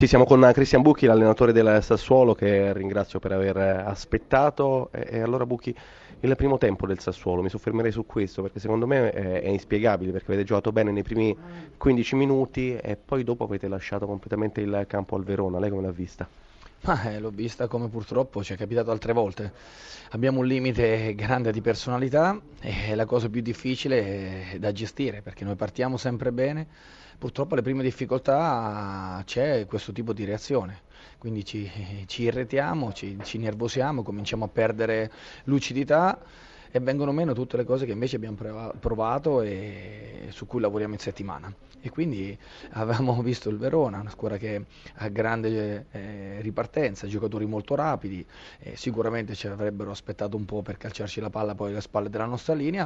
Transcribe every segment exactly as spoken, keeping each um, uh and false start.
Ci siamo con Cristian Bucchi, l'allenatore del Sassuolo, che ringrazio per aver aspettato. E, e allora Bucchi, il primo tempo del Sassuolo, mi soffermerei su questo perché secondo me è, è inspiegabile, perché avete giocato bene nei primi quindici minuti e poi dopo avete lasciato completamente il campo al Verona. Lei come l'ha vista? Ma eh, l'ho vista come purtroppo ci è capitato altre volte. Abbiamo un limite grande di personalità e la cosa più difficile è da gestire perché noi partiamo sempre bene. Purtroppo alle prime difficoltà c'è questo tipo di reazione, quindi ci, ci irritiamo, ci, ci nervosiamo, cominciamo a perdere lucidità e vengono meno tutte le cose che invece abbiamo prova- provato e su cui lavoriamo in settimana. E quindi avevamo visto il Verona, una squadra che ha grande eh, ripartenza, giocatori molto rapidi, eh, sicuramente ci avrebbero aspettato un po' per calciarci la palla poi alle spalle della nostra linea.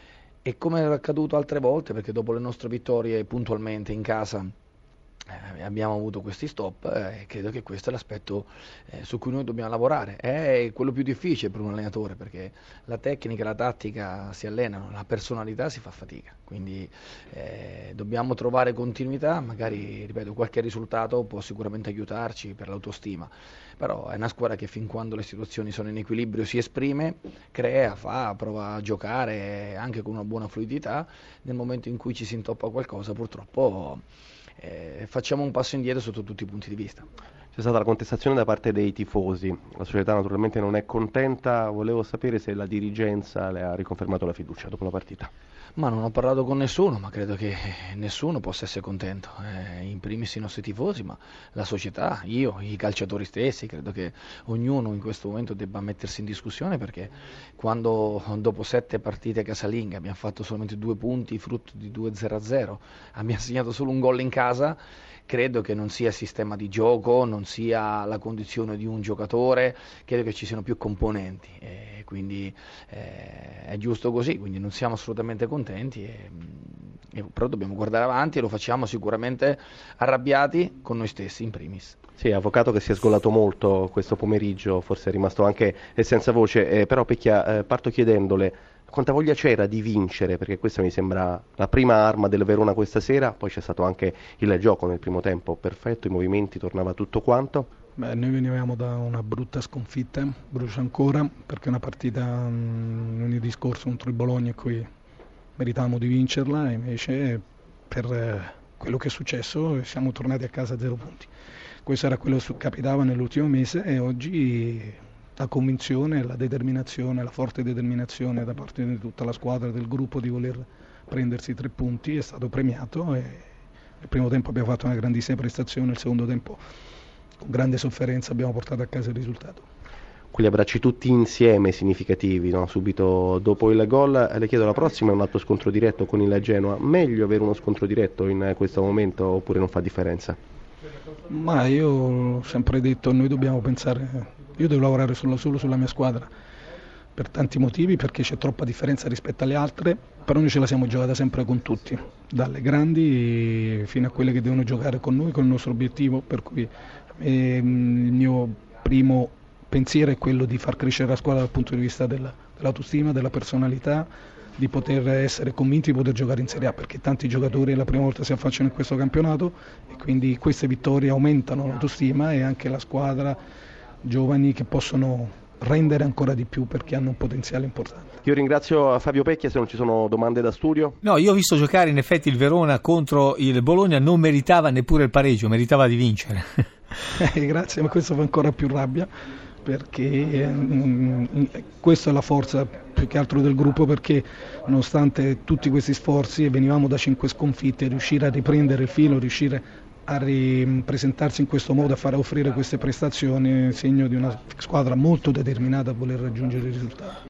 E come era accaduto altre volte, perché dopo le nostre vittorie puntualmente in casa eh, abbiamo avuto questi stop, eh, credo che questo è l'aspetto eh, su cui noi dobbiamo lavorare. È quello più difficile per un allenatore, perché la tecnica e la tattica si allenano, la personalità si fa fatica, quindi eh, dobbiamo trovare continuità, magari, ripeto, qualche risultato può sicuramente aiutarci per l'autostima, però è una squadra che fin quando le situazioni sono in equilibrio si esprime, crea, fa, prova a giocare anche con una buona fluidità. Nel momento in cui ci si intoppa qualcosa purtroppo eh, facciamo un passo indietro sotto tutti i punti di vista. C'è stata la contestazione da parte dei tifosi, la società naturalmente non è contenta, volevo sapere se la dirigenza le ha riconfermato la fiducia dopo la partita. Ma non ho parlato con nessuno, ma credo che nessuno possa essere contento, eh, in primis i nostri tifosi, ma la società, io, i calciatori stessi, credo che ognuno in questo momento debba mettersi in discussione, perché quando dopo sette partite casalinghe abbiamo fatto solamente due punti, frutto di due zero a zero, abbiamo segnato solo un gol in casa, credo che non sia il sistema di gioco, non sia la condizione di un giocatore, credo che ci siano più componenti e quindi eh, è giusto così, quindi non siamo assolutamente contenti, e, e, però dobbiamo guardare avanti e lo facciamo sicuramente arrabbiati con noi stessi in primis. Sì, avvocato che si è sgolato molto questo pomeriggio, forse è rimasto anche senza voce, eh, però Pecchia, eh, parto chiedendole quanta voglia c'era di vincere, perché questa mi sembra la prima arma del Verona questa sera, poi c'è stato anche il gioco nel primo tempo, perfetto, i movimenti, tornava tutto quanto. Beh, noi venivamo da una brutta sconfitta, brucia ancora, perché è una partita mh, lunedì scorso contro il Bologna in cui meritavamo di vincerla, e invece per eh, quello che è successo siamo tornati a casa a zero punti. Questo era quello che capitava nell'ultimo mese e oggi la convinzione, la determinazione, la forte determinazione da parte di tutta la squadra, del gruppo, di voler prendersi tre punti è stato premiato e nel primo tempo abbiamo fatto una grandissima prestazione, nel secondo tempo con grande sofferenza abbiamo portato a casa il risultato. Quegli abbracci tutti insieme significativi, no? Subito dopo il gol, le chiedo la prossima è un altro scontro diretto con il Genoa, meglio avere uno scontro diretto in questo momento oppure non fa differenza? Ma io ho sempre detto, noi dobbiamo pensare, io devo lavorare solo, solo sulla mia squadra, per tanti motivi, perché c'è troppa differenza rispetto alle altre, però noi ce la siamo giocata sempre con tutti, dalle grandi fino a quelle che devono giocare con noi, con il nostro obiettivo, per cui eh, il mio primo pensiero è quello di far crescere la squadra dal punto di vista della, dell'autostima, della personalità, di poter essere convinti di poter giocare in Serie A, perché tanti giocatori la prima volta si affacciano in questo campionato e quindi queste vittorie aumentano l'autostima e anche la squadra, giovani che possono rendere ancora di più perché hanno un potenziale importante. Io ringrazio Fabio Pecchia, se non ci sono domande da studio. No, io ho visto giocare in effetti il Verona contro il Bologna, non meritava neppure il pareggio, meritava di vincere. Eh, grazie, ma questo fa ancora più rabbia, perché eh, questa è la forza più che altro del gruppo, perché nonostante tutti questi sforzi e venivamo da cinque sconfitte, riuscire a riprendere il filo, riuscire a ripresentarsi in questo modo, a fare offrire queste prestazioni è segno di una squadra molto determinata a voler raggiungere i risultati.